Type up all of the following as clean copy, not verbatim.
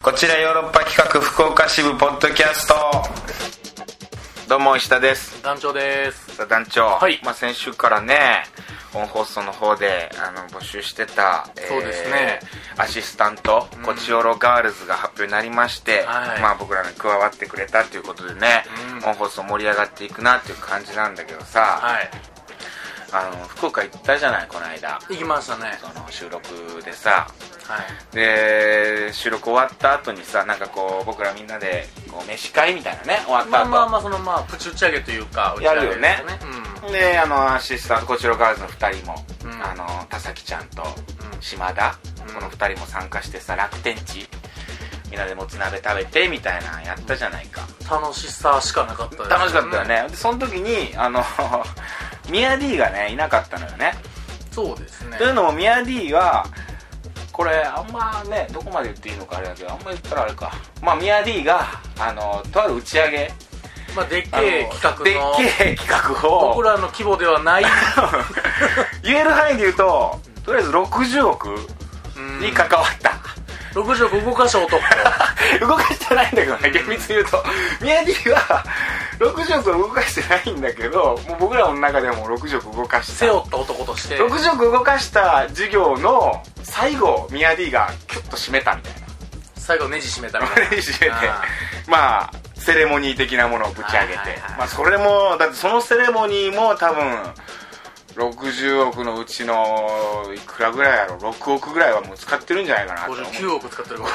こちらヨーロッパ企画福岡支部ポッドキャスト。どうも石田です。 団長です。 さあ団長、 はい、 先週からね本放送の方で募集してた、 そうですね、 アシスタント、コチオロガールズが発表になりまして、 はい、 僕らに加わってくれたということでね、本放送盛り上がっていくなっていう感じなんだけどさ、 はい、 福岡行ったじゃない、この間。 行きましたね。 その収録でさ、 はい、 で収録終わった後にさ、なんかこう僕らみんなでこう飯会みたいなね、終わった後プチ打ち上げというかやるよね。でアシスタントコチロガールズの2人も、田崎ちゃんと島田、この2人も参加してさ、楽天地みんなでもつ鍋食べてみたいなやったじゃないか。 楽しさしかなかったですね。 楽しかったよね。でその時にミヤ D がねいなかったのよね。 そうですね。 というのもミヤ D はこれあんまねどこまで言っていいのかあれだけど、あんま言ったらあれか、ミヤ D がとある打ち上げ、 でっけえ企画を僕らの規模ではない言える範囲で言うと、とりあえず60億に関わった。 60億動かした男動かしてないんだけどね、厳密に言うとミヤ D は60億動かしてないんだけど、もう僕らの中でも60億動かした、 背負った男として 60億動かした事業の最後ミヤ D がキュッと締めたみたいな。 最後ネジ締めたみたいな。 ネジ締めてセレモニー的なものをぶち上げて、それもだってそのセレモニーも多分60億のうちのいくらぐらいやろ、6億ぐらいはもう使ってるんじゃないかなと思う。 59億使ってるかもし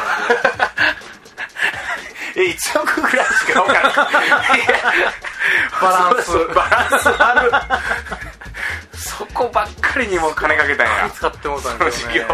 れない 1億ぐらいしか分からないバランスあるそこばっかりにも金かけたんや。 使ってもうたんですよね。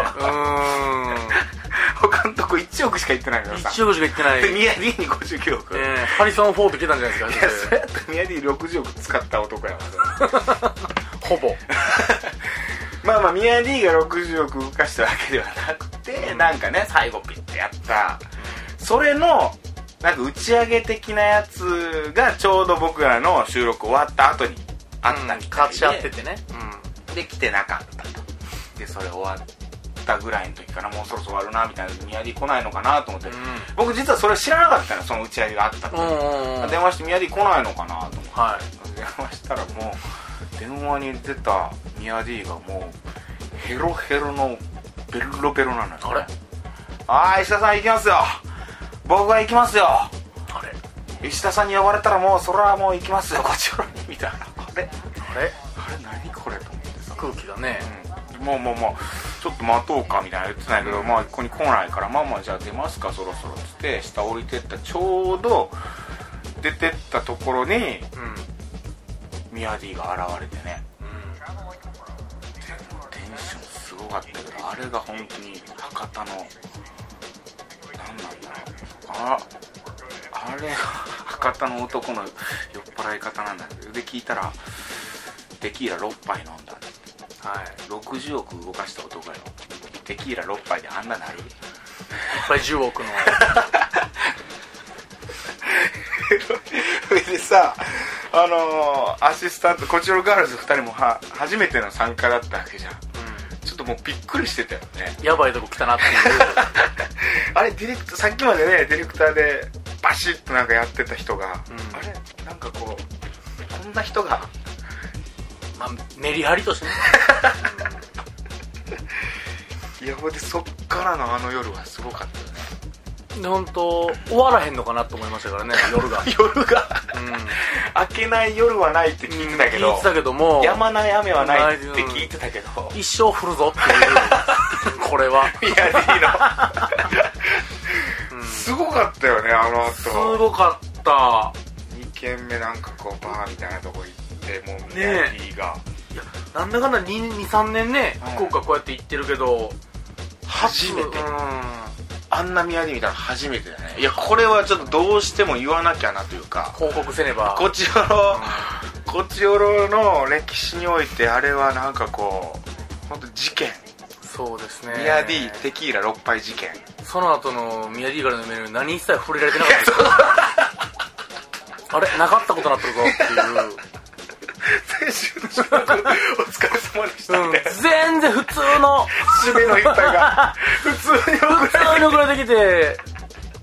他のとこ1億しか行ってないからさ。 1億しか行ってないでミヤ D に59億、 ハリソン・フォード来たんじゃないですか。 いやそれやったらミヤ D60 億使った男やわほぼミヤ D が60億動かしたわけではなくて、なんかね最後ピッてやったそれのなんか打ち上げ的なやつがちょうど僕らの収録終わった後にあったみたいで、 勝ち合っててね、 で来てなかったと。でそれ終わったぐらいの時からもうそろそろ終わるなみたいな、ミヤ D 来ないのかなと思って、僕実はそれ知らなかったの、その打ち上げがあったって。電話してミヤ D 来ないのかなと思って、電話したらもう電話に出たミヤ D がもうヘロヘロのベロベロなのよ。 あれ、 石田さん行きますよ、僕は行きますよ、 あれ石田さんに呼ばれたらもうそれはもう行きますよこっちにみたいな。あれ何これと思ってさ、 空気がね、 もうちょっと待とうかみたいな言ってたんやけど、ここに来ないからじゃあ出ますかそろそろっつって下降りてった、ちょうど出てったところに、ミヤ D が現れてね、テンションすごかったけど、あれが本当に博多の何なんだろう、あれが博多の男の酔っ払い方なんだけど、で聞いたらテキーラ6杯飲んだって、60億動かした男よ、テキーラ6杯であんななる？いっぱい10億のそれでさ、アシスタントコチオロガールズ2人も初めての参加だったわけじゃん、ちょっともうびっくりしてたよね。 やばいとこ来たなっていうあれディレクター、さっきまでねディレクターでバシッとなんかやってた人が、あれなんかこんな人がメリハリとしてねいやほんでそっからの夜はすごかったよね。 で本当終わらへんのかなと思いましたからね、夜が明けない夜はないって聞いてたけど、 もやまない雨はないって聞いてたけど、 一生降るぞっていうこれはミヤ D のすごかったよね、あの後すごかった。 2軒目なんかこうバーみたいなとこ行って、もうミヤ D が、 いやなんだかんだ 2,3 年ね、福岡こうやって行ってるけど初めて、あんなミヤ D 見たら初めてだね。いやこれはちょっとどうしても言わなきゃなというか、 報告せねば。 コチオロの歴史においてあれはなんかこう本当事件。 そうですね、 ミヤ D テキーラ6杯事件。 その後のミヤ D からのメール何一切触れられてなかったですからあれなかったことになってるぞっていう先週の収録お疲れ様でしたみたいな、 全然普通の締めの一杯が普通に送られてきて、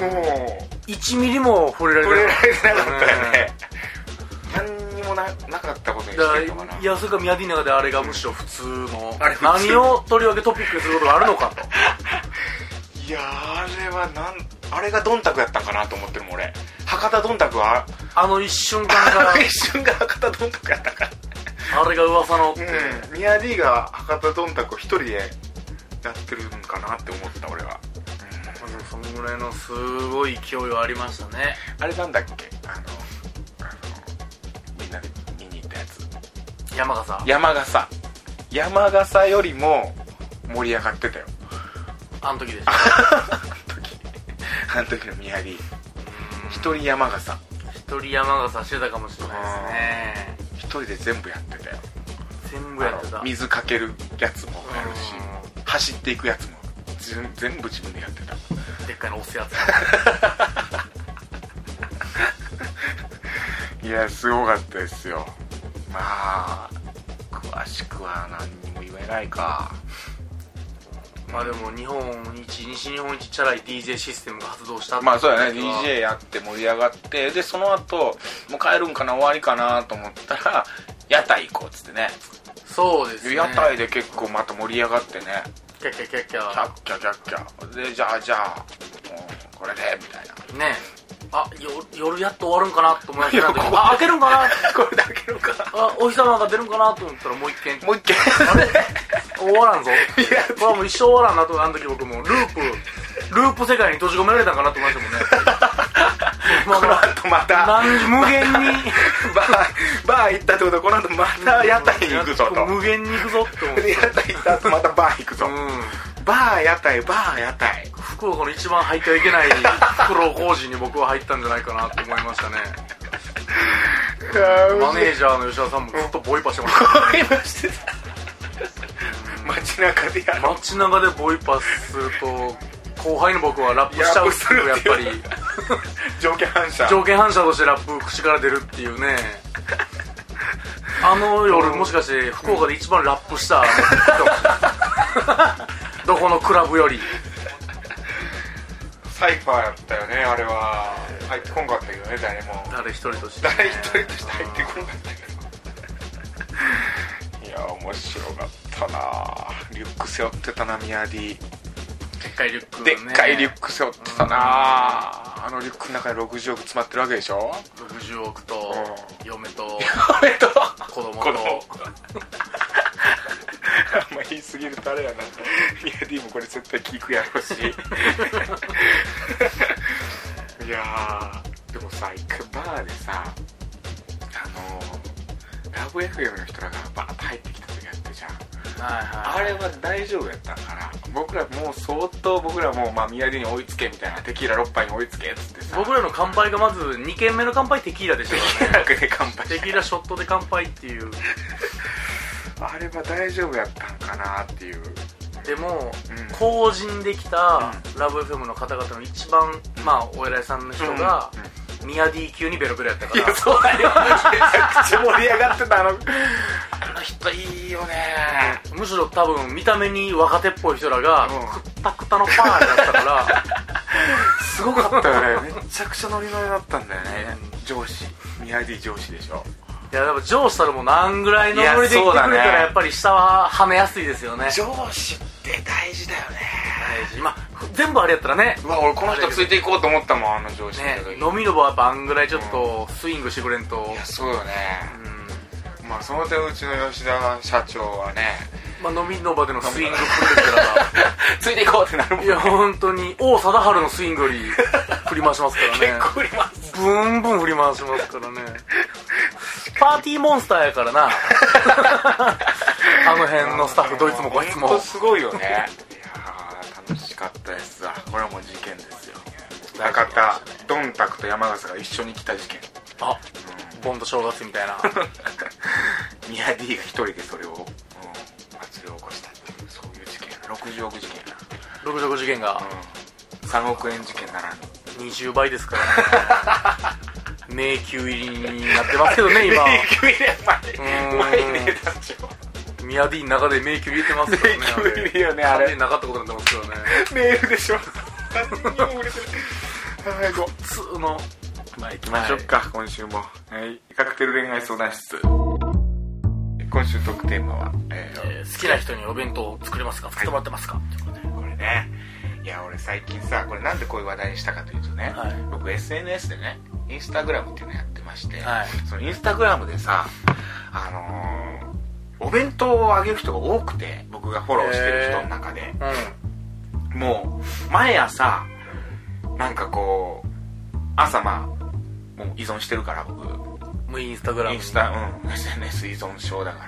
もう 1ミリも触れられなかったよね。何にも なかったことにしてるのかな。 いや、それかミヤディの中であれがむしろ普通の、何をとりわけトピックにすることがあるのかと。 いやあれはあれがドンタクやったんかなと思ってるもん俺。博多ドンタクはあの一瞬間が一瞬が博多ドンタクやったからあれが噂のって、 ミヤディが博多ドンタクを一人でやってるんかなって思った俺は。 そのぐらいのすごい勢いはありましたね。 あれなんだっけ、みんなで見に行ったやつ、山笠よりも盛り上がってたよ、 あの時でしょあの時のミヤディ一人山笠してたかもしれないですね。 一人で全部やってたよ。 全部やってた。 水かけるやつもやるし、走っていくやつも全部自分でやってた。 でっかいの押すやついやすごかったですよ。まあ詳しくは何にも言えないか。 まあでも西日本一チャラい DJ システムが発動したって。 まあそうやね、 DJ やって盛り上がって、でその後もう帰るんかな、終わりかなと思ったら屋台行こうっつってね。 そうですね、 屋台で結構また盛り上がってね、 キャッキャキャッキャキャでじゃあこれでみたいなね。夜やっと終わるんかなと思いましたけど、開けるんかなこれで開けるんかな、 お日様が出るんかなと思ったらもう一軒あれ終わらんぞこれはもう一生終わらんなと。あの時僕もループ世界に閉じ込められたんかなと思いましたもんねこの後また無限にバー行ったってことはこの後また屋台に行くぞと、 無限に行くぞって思って、 屋台行った後またバー行くぞ、バー屋台福岡の一番入ってはいけない袋小路に僕は入ったんじゃないかなと思いましたねマネージャーの吉田さんもずっとボイパしてましたね街中でボイパすると後輩の僕はラップしちゃうっていう、やっぱり条件反射としてラップ口から出るっていうね。あの夜もしかして福岡で一番ラップしたどこのクラブよりサイファーやったよね。あれは入ってこんかったけどね、誰一人として入ってこんかったけどいや面白かったな。リュック背負ってたな、ミヤディ。 でっかいリュック背負ってたな。あのリュックの中に60億詰まってるわけでしょ。 60億と嫁と子供とあんま言い過ぎるとあれやな。ミヤディもこれ絶対聞くやろうしいやでもさ、一回バーでさ、ラブ FM の人らがバーッと入ってきた時あったじゃん。あれは大丈夫やったんかな。僕らもう相当ミヤディに追いつけみたいな、テキーラ6杯に追いつけっつってさ、 僕らの乾杯がまず2軒目の乾杯テキーラでしたからねテキーラショットで乾杯っていうあれは大丈夫やったんかなっていう。 でも、後陣できたラブ FM の方々の一番お偉いさんの人が、ミヤディ級にベロベロやったから。 いやそうだよ、めちゃくちゃ盛り上がってた。あの人いいよね。 むしろ多分見た目に若手っぽい人らがくったくたのパーだったからすごかったよね。めちゃくちゃノリノリだったんだよね。上司ミヤディ上司でしょ。 いやでも上司たらもう何ぐらいのノリで来てくれたらやっぱり下ははめやすいですよね。 上司って大事だよね。 大事。全部あれやったらね。 俺この人ついていこうと思ったもん、あの上司ね。飲みの場はやっぱあんぐらいちょっとスイングしてくれんと。 いやそうよね。その点うちの吉田社長はね、 飲みの場でのスイングプレーからついていこうってなるもんね。 いや本当に王貞治のスイングより振り回しますからね。 結構振り回す。 ブンブン振り回しますからね。パーティーモンスターやからなあの辺のスタッフどいつもこいつも本当すごいよね。いや楽しかったですわ。これはもう事件ですよ。博多ドンタクと山笠が一緒に来た事件。 ボンド正月みたいなミヤディが一人でそれを、祭りを起こしたっていう、そういう事件。60億事件な。 60億事件が、 3億円事件ならぬ 20倍ですからね迷宮入りになってますけどね今。 迷宮入り前でたんちゃう。 ミヤディの中で迷宮入れてますからね。 迷宮入りよね、あれなかったことになってますけどね。 メールでしょ。何にも売れてない。 最後普通のまあ行きましょうか、今週も。はい、カクテル恋愛相談室。今週トークテーマは、 好きな人にお弁当を作れますか、作ってもらってますか、 これね、いや俺最近さ、これなんでこういう話題にしたかというとね、僕 SNS でね、インスタグラムっていうのやってまして、そのインスタグラムでさ、お弁当をあげる人が多くて、僕がフォローしてる人の中で、もう毎朝なんかこう朝もう依存してるから僕もうインスタグラム SNS 依存症だから、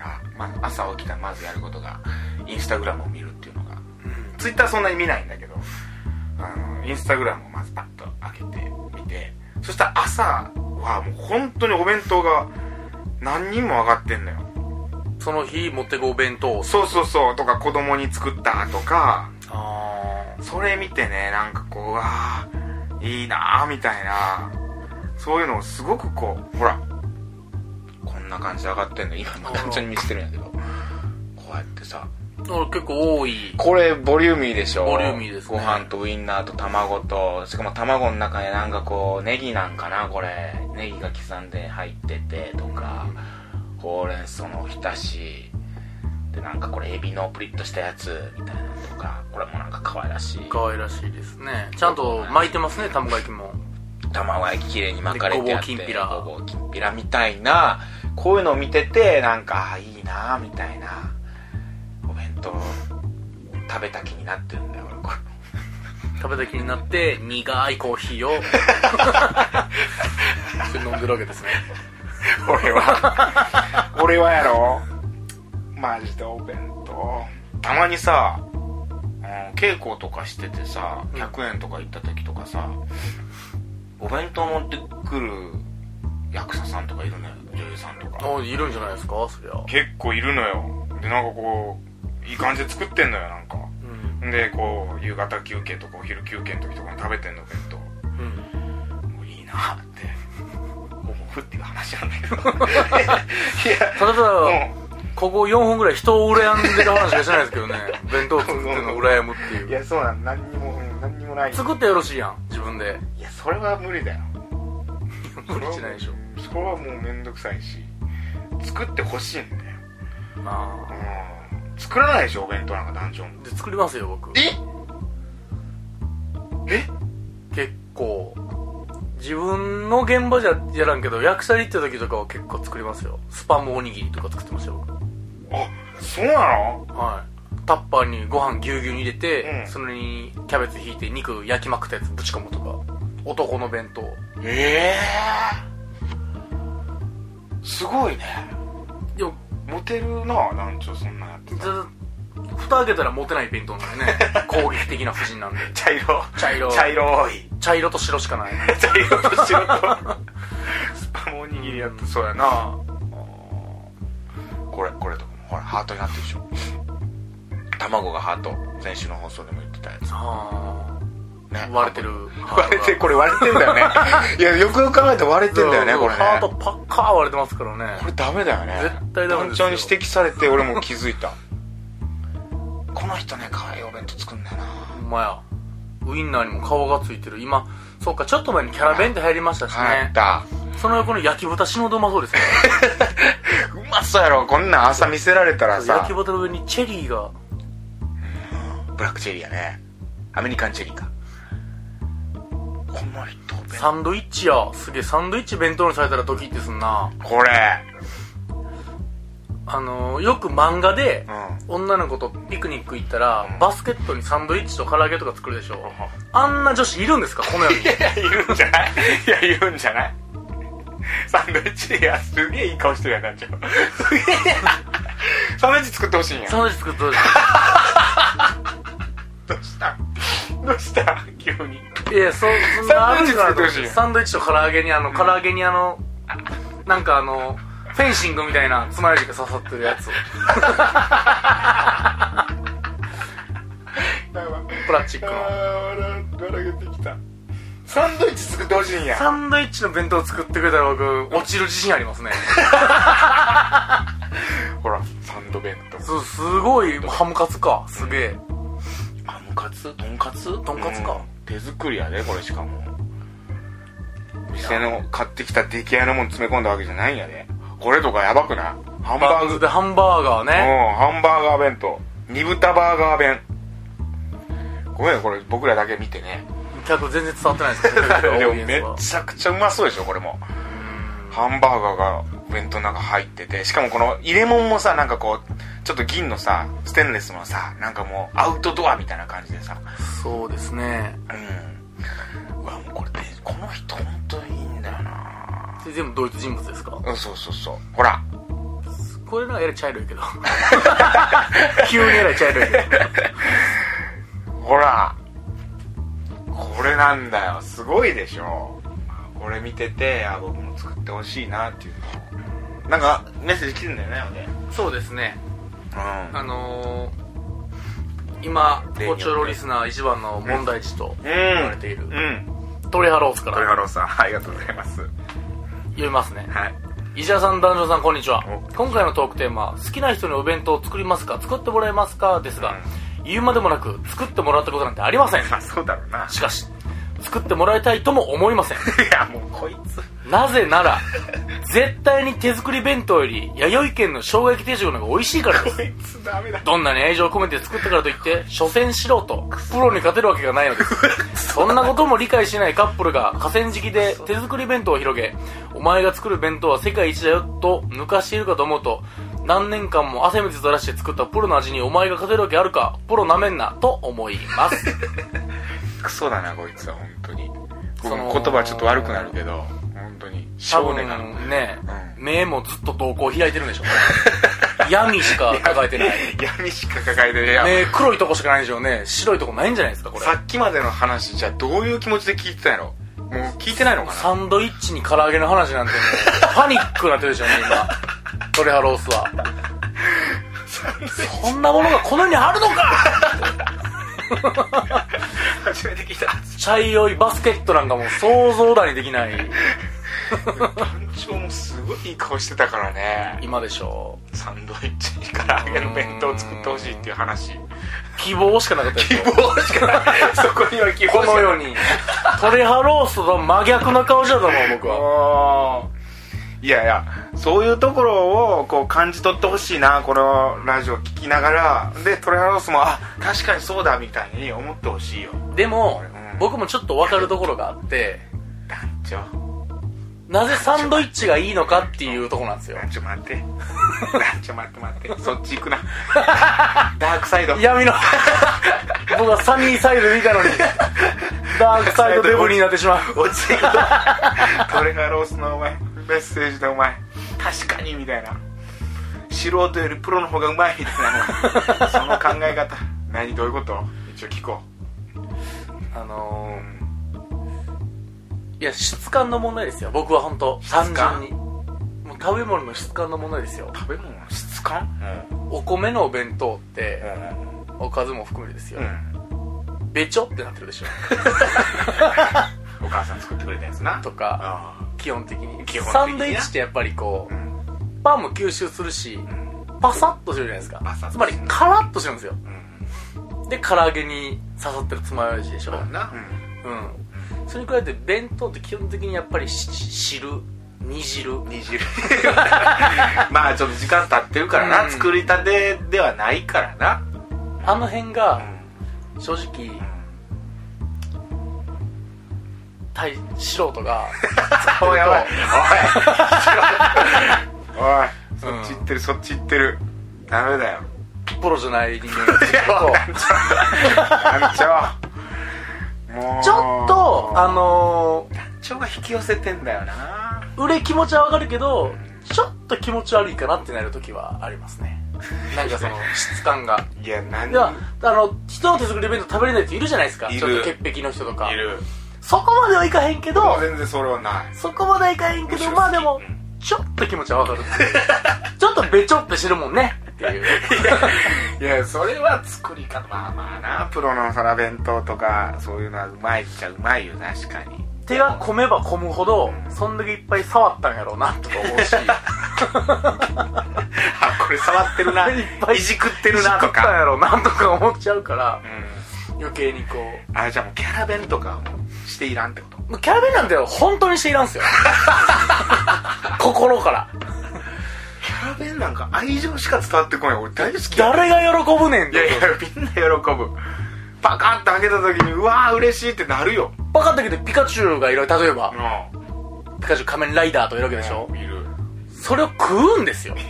朝起きたらまずやることがインスタグラムを見るっていうのが、ツイッターそんなに見ないんだけど、インスタグラムをまずパッと開けてみて、そしたら朝はもう本当にお弁当が何人も上がってんのよ。 その日持ってくお弁当、 そうとか子供に作ったとか、それ見てね、なんかこういいなーみたいな、そういうのをすごくこう、ほらこんな感じで上がってんの、今単純に見せてるんやけど、こうやってさ、 結構多い。 これボリューミーでしょ。 ボリューミーですね。 ご飯とウインナーと卵と、しかも卵の中になんかこうネギなんかな、これネギが刻んで入っててとか、ほうれん草のおひたしで、なんかこれエビのプリッとしたやつみたいなのとか、これもなんか可愛らしいですね。ちゃんと巻いてますね、卵焼きも。 卵焼ききれいに巻かれてあって、 ごぼうきんぴらみたいな、こういうのを見てて、なんかいいなみたいな、お弁当食べた気になってるんだよ俺。 食べた気になって苦いコーヒーを飲んでるわけですね。 俺はやろ、マジでお弁当たまにさ、稽古とかしててさ、100円とか行った時とかさ、お弁当持ってくる役者さんとかいるのよ、女優さんとか。 いるんじゃないですか、そりゃ。 結構いるのよ。でなんかこういい感じで作ってんのよ、なんか、でこう夕方休憩とかお昼休憩の時とかに食べてんの、弁当。もういいなって思うっていう話なんだけど。いや、 ただここ4本ぐらい人を羨んでる話がしてないですけどね。弁当作ってるのを羨むっていう。 いや、そうなん、何にもない。 作ってよろしいやん、自分で。 いや、それは無理だよ。 無理じゃないでしょ。 それはもうめんどくさいし、作ってほしいんだよ。作らないでしょ、お弁当なんか団長で。作りますよ、僕。結構自分の現場じゃやらんけど、役者に行った時とかは結構作りますよ。スパムおにぎりとか作ってましたよ、僕。 あ、そうなの？ はい。タッパーにご飯ぎゅうぎゅうに入れて、それにキャベツ引いて肉焼きまくったやつぶち込むとか。男の弁当。すごいね。でもモテるな、団長、そんなやってた。 蓋開けたらモテない弁当なんでね。攻撃的な夫人なんで。 茶色い。 茶色と白しかない。 茶色と白とスパムおにぎりやってそうやな。これとかもほらハートになってるでしょ。卵がハート、先週の放送でも言ってたやつ。 ね、割れてる。 これ割れてんだよね。いや、よくよく考えて割れてんだよね、これね。 ハートパッカー割れてますからね。 これダメだよね。 絶対ダメですよ。 団長に指摘されて俺も気づいた。この人ね、可愛いお弁当作んだよな。 ほんまや。ウインナーにも顔がついてる。今、そうか、ちょっと前にキャラ弁って入りましたしね。その横の焼き豚死ぬほどうまそうですね。 うまそうやろ、こんなん朝見せられたらさ。 焼き豚の上にチェリーが。 ブラックチェリーやね。アメリカンチェリーか。この人サンドイッチや。すげえ、サンドイッチ弁当にされたらドキってすんな。 これよく漫画で、女の子とピクニック行ったら、バスケットにサンドイッチと唐揚げとか作るでしょ。あんな女子いるんですか、この世に。 いや、いるんじゃない？いや、いるんじゃない？サンドイッチ、いや、すげえいい顔してるやん、団長。すげえ。サンドイッチ作ってほしいんや。 サンドイッチ作ってほしい。 どうした急に。 いや、そんなあるんじゃない？サンドイッチと唐揚げになんかフェンシングみたいな爪楊枝が刺さってるやつ。プラスチックの。 笑けてきた。サンドイッチ作ってほしいんや。 サンドイッチの弁当作ってくれたら僕落ちる自信ありますね。 ほら、サンド弁当。 すごいハムカツか。すげえ。 ハムカツ？とんかつか。 手作りやで、これしかも。 店の買ってきた出来合いのもん詰め込んだわけじゃないんやで。これとかやばくない？ハンバーグでハンバーガーね。 ハンバーガー弁当、煮豚バーガー弁。ごめん、これ僕らだけ見てね。 客全然伝わってないですけどでもめちゃくちゃうまそうでしょこれも。ハンバーガーが弁当の中入ってて、しかもこの入れ物もさ、なんかこうちょっと銀のさ、ステンレスのさ、なんかもうアウトドアみたいな感じでさ。 そうですね。 うわ、もうこれでこの人本当にいいんだよな。 全部同一人物ですか？ そうそうそう。ほらこれなんかえらい茶色いけど急にえらい茶色いけどほらこれなんだよ。すごいでしょ。これ見てて、僕も作ってほしいなっていうの。なんかメッセージ来てんだよね。 そうですね。今ごちょろリスナー一番の問題児と言われている、トレハロースから。 トレハローさん、ありがとうございます。 読みますね。 はい。 石田さん、男女さん、こんにちは。今回のトークテーマ、好きな人にお弁当を作りますか、作ってもらえますかですが、言うまでもなく作ってもらったことなんてありません。 そうだろうな。 しかし作ってもらいたいとも思いません。いやもうこいつ、 なぜなら絶対に手作り弁当より弥生県の生姜焼き定食の方が美味しいからです。 こいつダメだ。 どんなに愛情を込めて作ったからといって所詮素人プロに勝てるわけがないのですそんなことも理解しないカップルが河川敷で手作り弁当を広げ、お前が作る弁当は世界一だよと抜かしているかと思うと、何年間も汗水垂らして作ったプロの味にお前が勝てるわけあるか、プロなめんなと思いますクソだなこいつは本当に。僕も言葉ちょっと悪くなるけど本当に多分ね、目もずっと瞳孔開いてるんでしょうね闇しか抱えてない闇しか抱えてない。 目黒いとこしかないんでしょうね。白いとこないんじゃないですかこれ。 さっきまでの話じゃどういう気持ちで聞いてたんやろ。もう聞いてないのかな。 サンドイッチに唐揚げの話なんてもうパニックになってるでしょうね今トレハロースはそんなものがこの世にあるのか初めて聞いた。 茶色いバスケットなんかもう想像だにできない団長もすごいいい顔してたからね今でしょう。 サンドイッチに唐揚げの弁当を作ってほしいっていう話。 希望しかなかったですよ。 希望しかないそこには希望しかない。 この世にトレハロースとは真逆な顔してたもん僕は。 いやいや、そういうところをこう感じ取ってほしいな、このラジオ聞きながら。でトレハロースも確かにそうだみたいに思ってほしいよ。 でも、僕もちょっと分かるところがあって、 団長なぜサンドイッチがいいのかっていうところなんですよ。 団長待って団長待ってそっち行くなダークサイド闇の僕はサニーサイドでいたのにダークサイドデブリになってしまう。 落ちていくとトレハロースのお前メッセージでお前確かにみたいな、素人よりプロの方がうまいみたいなその考え方何、どういうこと？一応聞こう。 いや質感の問題ですよ僕は本当単純にもう食べ物の質感の問題ですよ。 食べ物の質感？ お米のお弁当って、おかずも含めてですよ、べちょってなってるでしょお母さん作ってくれたやつなとか基本的にサンドイッチってやっぱりこう、パンも吸収するし、パサッとするじゃないですか。つまりカラッとしてるんですよ、で唐揚げに刺さってるつまようじでしょ。それに比べて弁当って基本的にやっぱり汁煮汁まあちょっと時間経ってるからな、作りたてではないからな。 あの辺が正直素人がおいおいおいそっち行ってる、そっち行ってる、ダメだよ。 プロじゃない人間が団長もうちょっと団長が引き寄せてんだよな。 売れ気持ちはわかるけど、ちょっと気持ち悪いかなってなる時はありますね。なんかその質感が。 いや何では人の手作り弁当食べれない人いるじゃないですか。ちょっと潔癖の人とかいる。 そこまではいかへんけど、 全然それはない。 そこまではいかへんけど、まあでもちょっと気持ちはわかるちょっとべちょってしてるもんねっていういやそれは作り方、まあな、プロの皿弁当とかそういうのはうまいっちゃうまいよ。確かに手が込めば込むほどそんだけいっぱい触ったんやろうなとか思うしこれ触ってるな、いっぱいいじくってるなとか、いじくったんやろうなとか思っちゃうから、余計にこうじゃあもうキャラ弁とかしていらんってこと？ キャラ弁なんて本当にしていらんすよ心からキャラ弁なんか愛情しか伝わってこない。俺大好き。 誰が喜ぶねんって。 いやいや、みんな喜ぶ。パカッと開けた時にうわー嬉しいってなるよ。 パカッと開けてピカチュウがいる。例えばうピカチュウ仮面ライダーといるわけでしょ。 いる。 それを食うんですよ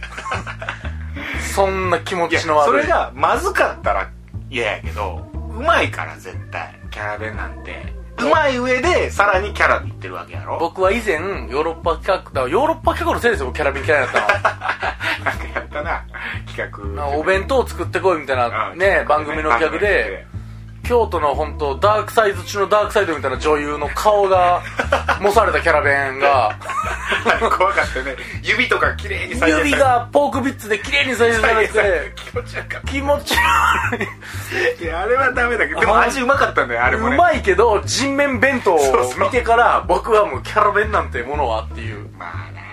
そんな気持ちの悪い。 それがまずかったら嫌やけど、うまいから絶対キャラ弁なんてうまい上でさらにキャラでいってるわけやろ。 僕は以前ヨーロッパ企画ヨーロッパ企画のせいですよ、キャラ弁嫌いだったのなんかやったな企画。 お弁当を作ってこいみたいなね、番組の企画で京都の本当ダークサイズ中のダークサイドみたいな女優の顔が模されたキャラ弁が怖かったね。指とか綺麗に再現されて、 指がポークビッツで綺麗に再現されて気持ち悪かった。 気持ち悪い。 いやあれはダメだけど、でも味うまかったんだよあれもね。 うまいけど人面弁当を見てから僕はもうキャラ弁なんてものはっていう。 まあね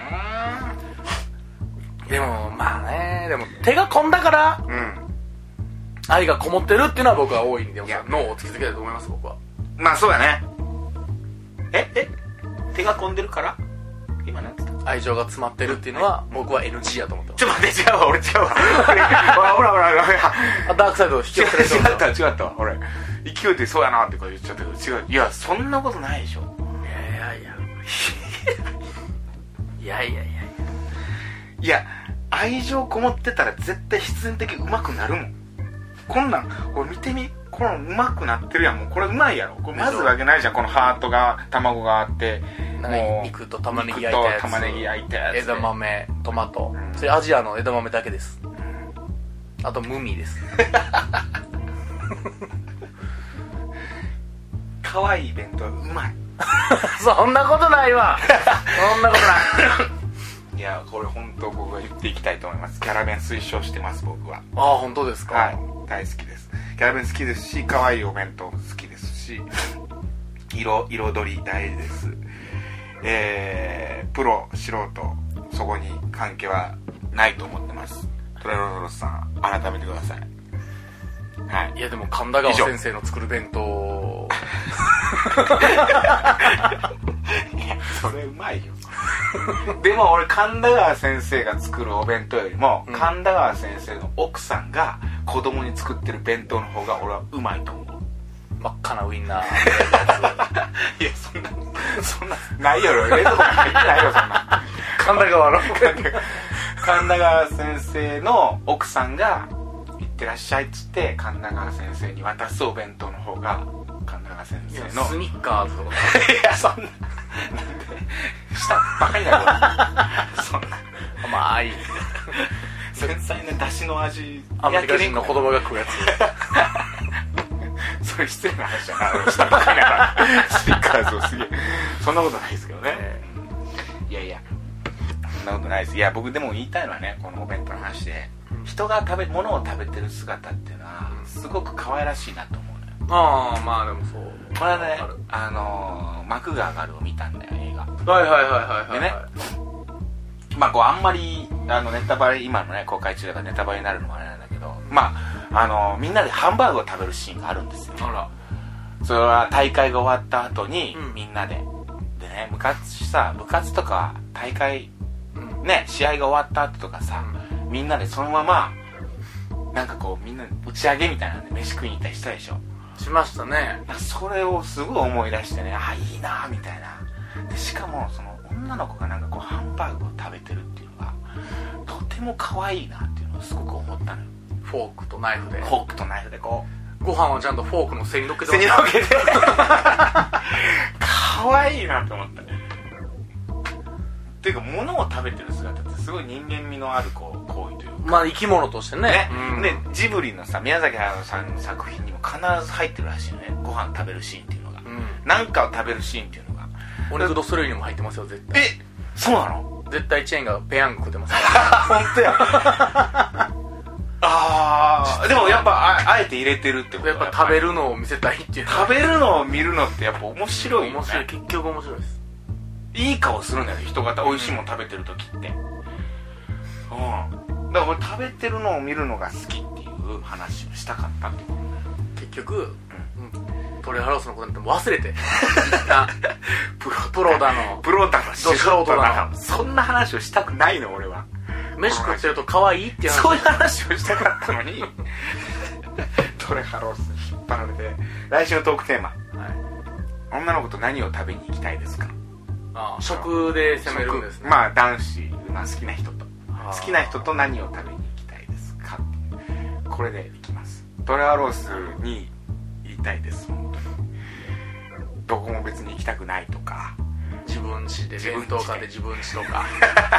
でもまあね、でも手が込んだから愛がこもってるっていうのは僕は大いにでも脳を突きつけたいと思います。僕はまあそうだね。手が込んでるから今なんつった？ 愛情が詰まってるっていうのは僕は NG やと思ってます。 ちょっと待って、違うわ、俺違うわ。ほらダークサイドを引き寄せる違ったわ、俺勢いでそうやなって言っちゃったけど違う。いやそんなことないでしょ。 いやいや愛情こもってたら絶対必然的にうまくなるもん。こんなんこれ見てみ、このうまくなってるやん。もうこれうまいやろ。これまずわけないじゃん。このハートが卵があってもう肉と玉ねぎ焼いたやつ、 玉ねぎ焼いたやつ、 枝豆、トマト、それアジアの枝豆だけです。あとムミです可愛い弁当うまいそんなことないわそんなことないいやこれ本当僕は言っていきたいと思います。キャラ弁推奨してます僕は。 ああ本当ですか。 はい大好きです。キャラ弁好きですし、可愛いお弁当好きですし、彩り大事です。プロ素人そこに関係はないと思ってます。トレロロロスさん改めてください。はい。 いやでも神田川先生の作る弁当いやそれうまいよでも俺神田川先生が作るお弁当よりも、神田川先生の奥さんが子供に作ってる弁当の方が俺はうまいと思う。 真っ赤なウインナーいやそんなないよ。冷蔵庫に入ってないよそんな神田川の神田川先生の奥さんがいってらっしゃいっつって神田川先生に渡すお弁当の方が神田川先生のスニッカーズとかいやそんななんで下バカになるわそんな甘い繊細な出汁の味アメリカ人の子供が食うやつそれ失礼な話だな。下バカになるスニッカーズをすげえそんなことないですけどね、いやそんなことないです。いや僕でも言いたいのはね、このお弁当の話で人が物を食べてる姿っていうのはすごく可愛らしいなと思うのよ。 ああまあでもそう。 これね幕が上がるを見たんだよ映画。 はいでね、まあこうあんまりネタバレ今のね公開中だからネタバレになるのもあれなんだけど、まあみんなでハンバーグを食べるシーンがあるんですよ。 あらそれは大会が終わった後に、みんなでね部活とか大会ね試合が終わった後とかさ、みんなでそのままなんかこうみんな打ち上げみたいなんで飯食いに行ったりしたでしょ。 しましたね。 それをすごい思い出してね、あいいなみたいな。でしかもその女の子がなんかこうハンバーグを食べてるっていうのがとても可愛いなっていうのをすごく思ったのよ。 フォークとナイフでこうご飯はちゃんとフォークの背に乗っけて背に乗っけて可愛いなと思ったね。っていうか物を食べてる姿ってすごい人間味のあるこう行為というか、 まあ生き物としてね。 でジブリのさ宮崎駿さんの作品にも必ず入ってるらしいのね、ご飯食べるシーンっていうのが、なんかを食べるシーンっていうのが。 お肉ドストレイにも入ってますよ絶対。 そうなの？ 絶対チェーンがペヤング食ってます本当やでもやっぱあえて入れてるってこと。 やっぱ食べるのを見せたいっていう。 食べるのを見るのってやっぱ面白いよね。 面白い、結局面白いです。 いい顔するんだよね人が美味しいもの食べてる時って。だから俺食べてるのを見るのが好きっていう話をしたかったってこと。 結局、 トレハロースのことなんて忘れてプロだの素人だのそんな話をしたくないの俺は。 飯食ってると可愛いっていう話、 そういう話をしたかったのにトレハロースに引っ張られて。来週のトークテーマ、はい、女の子と何を食べに行きたいですか。 食で攻めるんですね。 まあ男子、まあ、好きな人と何を食べに行きたいですか。これでいきます。トレハロースに言いたいです。本当にどこも別に行きたくないとか、 自分家で弁当買って自分家とか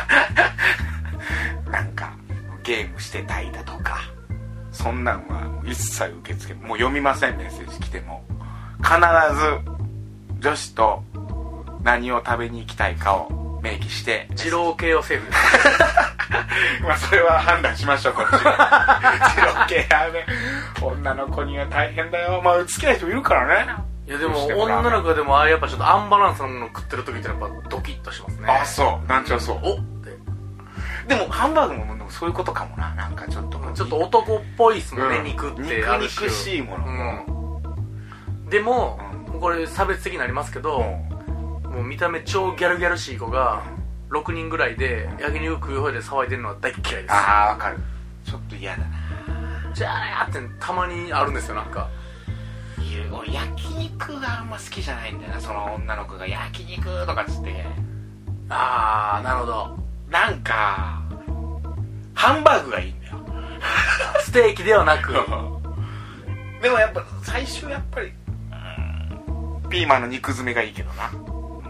なんかゲームしてたいだとか、そんなんは一切受け付けもう読みません。メッセージ来ても必ず女子と何を食べに行きたいかを明記して。 二郎系をセーフですまあそれは判断しましょう。こっち二郎系はね、女の子には大変だよ。まあ好きな人いるからね。 いやでも女の子でもやっぱちょっとアンバランスなものを食ってる時ってやっぱドキッとしますね。 そう団長そう。 おってでもハンバーグもそういうことかもな。なんかちょっと男っぽいっすもんね、肉ってある種肉しいもの、 でも、これ差別的になりますけど、もう見た目超ギャルギャルしい子が6人ぐらいで焼肉食う方で騒いでるのは大嫌いです。 わかる。ちょっと嫌だな。 じゃあってたまにあるんですよ。なんか焼肉があんま好きじゃないんだよな。その女の子が焼肉とかっつって。 なるほど。 なんかハンバーグがいいんだよステーキではなくでもやっぱ最初やっぱりピーマンの肉詰めがいいけどな。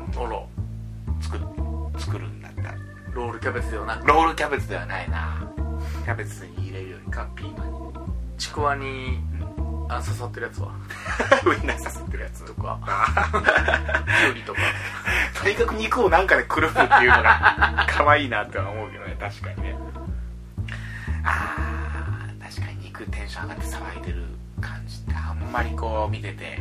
作るんだったらロールキャベツではなく。 ロールキャベツではないな。キャベツに入れるよりかピーマンに。 ちくわに刺さってるやつはウインナー刺さってるやつとかきゅうりとかとにかく肉をなんかでくるむっていうのが可愛いなっては思うけどね。確かにね。確かに肉テンション上がって騒いでる感じってあんまりこう見てて、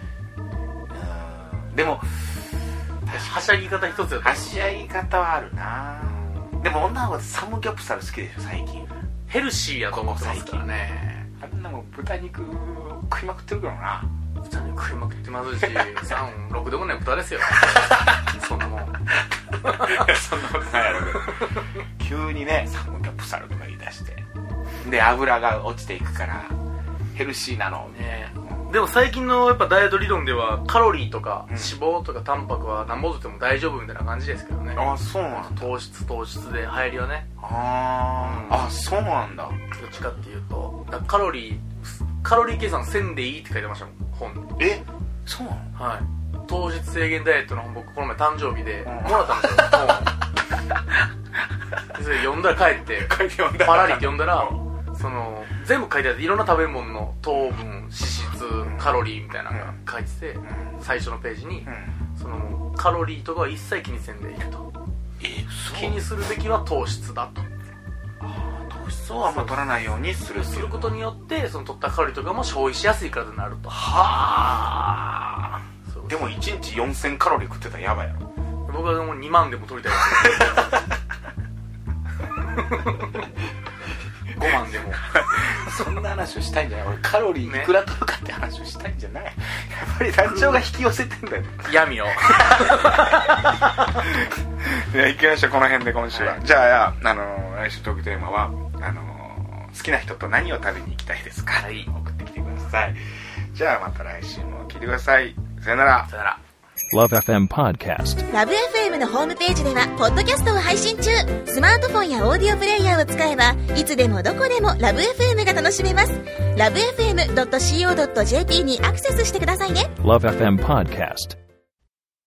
でもはしゃぎ方一つやと。 はしゃぎ方はあるな。でも女の子ってサムギョプサル好きでしょ最近。 ヘルシーやと思ってますからね。 あんなもん豚肉食いまくってるからな。 豚肉食いまくってますし3、6でもね豚ですよそんなもんそんなことないやろ急にねサムギョプサルとか言い出してで油が落ちていくからヘルシーなのね。 でも最近のやっぱダイエット理論ではカロリーとか脂肪とかタンパクは何ぼとっても大丈夫みたいな感じですけどね。 そうなんだ。 糖質で流行りはね。 そうなんだ。 どっちかっていうとカロリー計算1000でいいって書いてましたもん本。 そうなの。 はい。糖質制限ダイエットの本僕この前誕生日でもらったんですよそれ読んだら帰ってパラリって読んだらその全部書いてあっていろんな食べ物の糖分脂質カロリーみたいなのが書いてて、最初のページに、そのカロリーとかは一切気にせんでいいと。気にするべきは糖質だと。 糖質をあんま取らないようにすることによってその取ったカロリーとかも消費しやすい体になると。 でも1日4000カロリー食ってたらやばいやろ。 僕はもう2万でも取りたい5万でもそんな話をしたいんじゃない。俺カロリーいくら取るかって話をしたいんじゃない。やっぱり団長が引き寄せてんだよ闇を行きましょうこの辺で今週は、じゃあ来週トークテーマは好きな人と何を食べに行きたいですか、送ってきてください。じゃあまた来週も聞いてください。さよなら。 さよなら。 Love FM Podcast。 ラブ FM のホームページではポッドキャストを配信中。スマートフォンやオーディオプレイヤーを使えばいつでもどこでもラブ FM が楽しめます。ラブ FM.co.jp にアクセスしてくださいね。 Love FM Podcast。